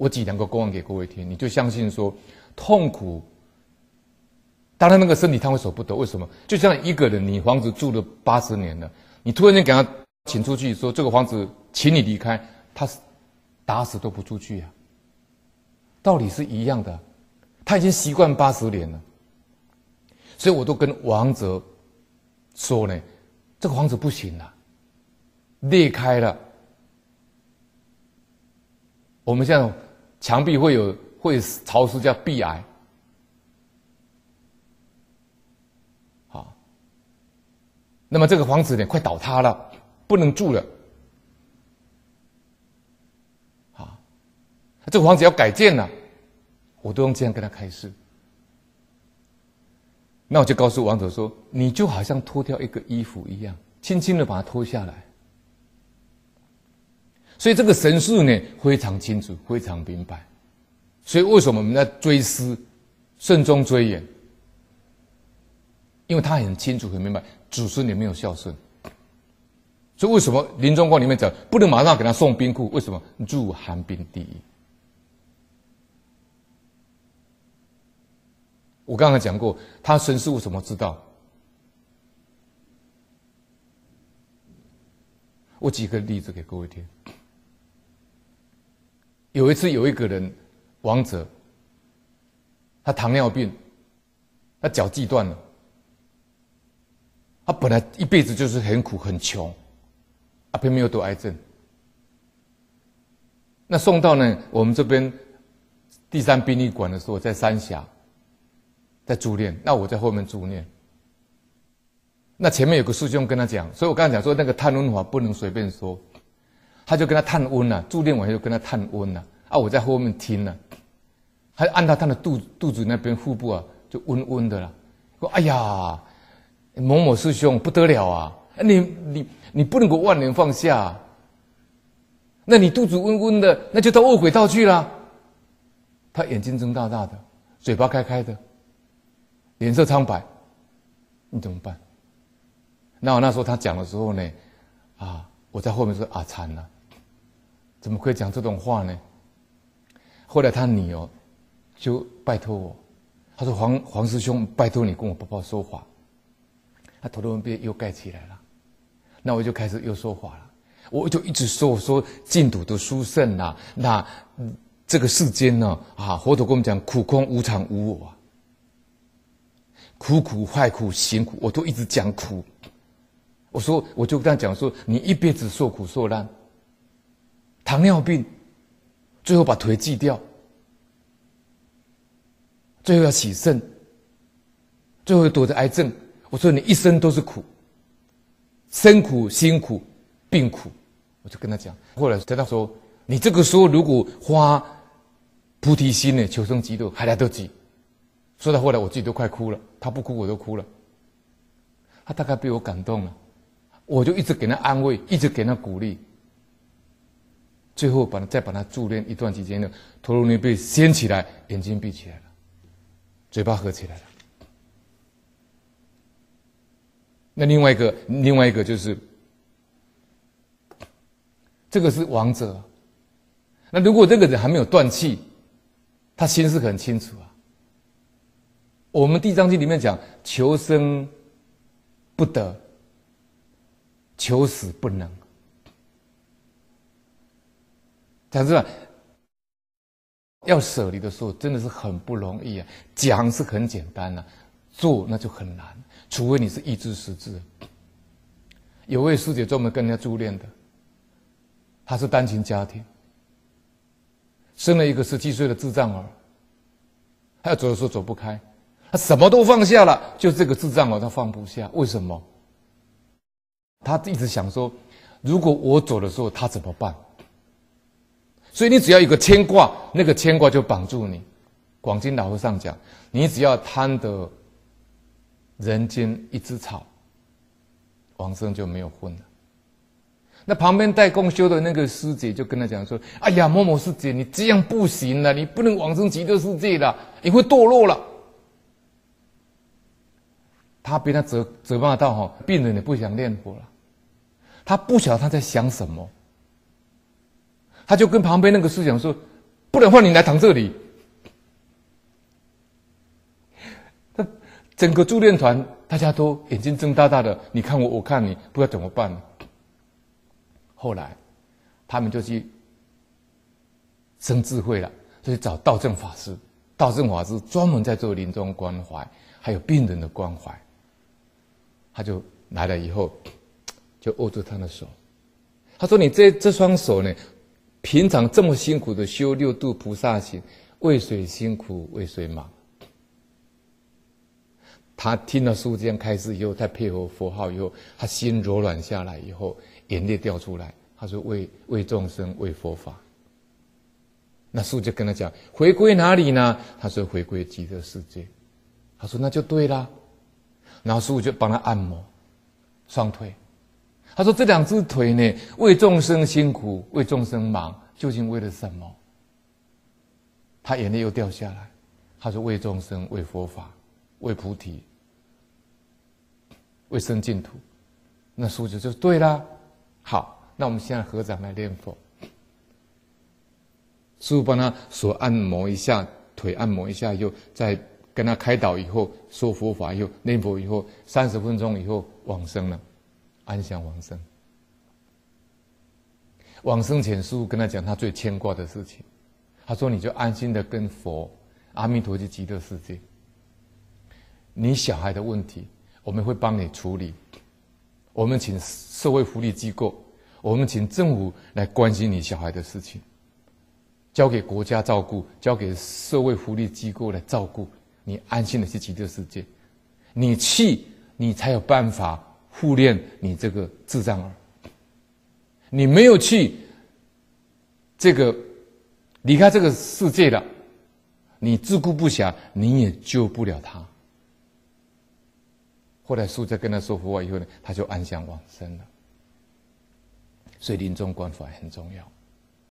我举两个公案给各位听，你就相信说，痛苦，当然那个身体他会舍不得，为什么？就像一个人，你房子住了80年了，你突然间给他请出去，说这个房子请你离开，他打死都不出去啊。道理是一样的，他已经习惯80年了，所以我都跟王哲说呢，这个房子不行了，裂开了。我们现在墙壁会潮湿，叫壁癌。好，那么这个房子呢，快倒塌了，不能住了。好，这个房子要改建了，我都用这样跟他开示。那我就告诉王者说，你就好像脱掉一个衣服一样，轻轻的把它脱下来。所以这个神事呢非常清楚，非常明白。所以为什么我们在追思、慎终追远？因为他很清楚、很明白，祖孙也没有孝顺。所以为什么临终观里面讲不能马上给他送冰库？为什么？入寒冰地狱。我刚才讲过，他神事为什么知道？我举个例子给各位听。有一次，有一个人，王者，他糖尿病，他脚锯断了，他本来一辈子就是很苦很穷，偏偏又得癌症。那送到呢我们这边第3殡仪馆的时候，在三峡，在助念，那我在后面助念。那前面有个师兄跟他讲，所以我刚才讲说那个探温法不能随便说。他就跟他探温了，助念完就跟他探温了我在后面听了，还按到他的肚子那边腹部就温温的了。说哎呀，某某师兄不得了啊！你不能够万年放下那你肚子温温的，那就到恶鬼道去了。他眼睛睁大大的，嘴巴开开的，脸色苍白，你怎么办？那我那时候他讲的时候呢，我在后面说惨了，怎么可以讲这种话呢？后来他女儿就拜托我，他说黄师兄，拜托你跟我爸爸说法。他头都被又盖起来了，那我就开始又说法了，我就一直说净土的殊胜啊，那这个世间呢佛陀跟我们讲苦空无常无我苦坏苦行苦，我都一直讲苦。我就跟他讲说，你一辈子受苦受难，糖尿病，最后把腿锯掉，最后要洗肾，最后躲着癌症。我说你一生都是苦，生苦、辛苦、病苦。我就跟他讲，后来他说，你这个时候如果发菩提心呢，求生极乐还来得及。说到后来我自己都快哭了，他不哭我都哭了。他大概被我感动了，我就一直给他安慰，一直给他鼓励。最后再把他助念一段期间呢，陀罗尼被掀起来，眼睛闭起来了，嘴巴合起来了。那另外一个就是这个是王者。那如果这个人还没有断气，他心是很清楚我们《地藏经》里面讲，求生不得，求死不能。讲真的，要舍离的时候真的是很不容易讲是很简单做那就很难，除非你是意志识志。有位师姐专门跟人家助念的，她是单亲家庭，生了一个17岁的智障儿，她要走的时候走不开，她什么都放下了，就这个智障儿她放不下。为什么？她一直想说，如果我走的时候她怎么办？所以你只要有个牵挂，那个牵挂就绑住你。广经老和尚讲，你只要贪得人间一枝草，往生就没有分了。那旁边带共修的那个师姐就跟他讲说，哎呀，某某师姐，你这样不行了，你不能往生极乐世界了，你会堕落了。他被他责骂到病人也不想念佛了，他不晓得他在想什么。他就跟旁边那个师讲说， 不然的话你来躺这里。整个助念团大家都眼睛睁大大的，你看我，我看你，不知道怎么办。后来他们就去生智慧了，就去找道正法师。道正法师专门在做临终关怀，还有病人的关怀。他就来了以后，就握住他的手，他说：“你这双手呢，平常这么辛苦的修六度菩萨行，为谁辛苦为谁忙？”他听了师父这样开示以后，再配合佛号以后，他心柔软下来以后，眼泪掉出来。他说：“为众生，为佛法。”那师父就跟他讲：“回归哪里呢？”他说：“回归极乐世界。”他说：“那就对啦。”然后师父就帮他按摩双腿。他说：“这两只腿呢，为众生辛苦，为众生忙，究竟为了什么？”他眼泪又掉下来。他说：“为众生，为佛法，为菩提，为生净土。”那师父就说：“对啦。”好，那我们现在合掌来念佛。师父帮他手按摩一下，腿按摩一下，以后再跟他开导以后，说佛法以后，念佛以后，30分钟以后往生了，安详往生。往生前，师父跟他讲他最牵挂的事情，他说：“你就安心的跟佛阿弥陀去极乐世界。你小孩的问题，我们会帮你处理。我们请社会福利机构，我们请政府来关心你小孩的事情。”交给国家照顾，交给社会福利机构来照顾，你安心的去极乐世界。你去，你才有办法护念你这个智障儿。你没有去，这个离开这个世界了，你自顾不暇，你也救不了他。后来师父在跟他说佛法以后呢，他就安详往生了。所以临终关怀很重要。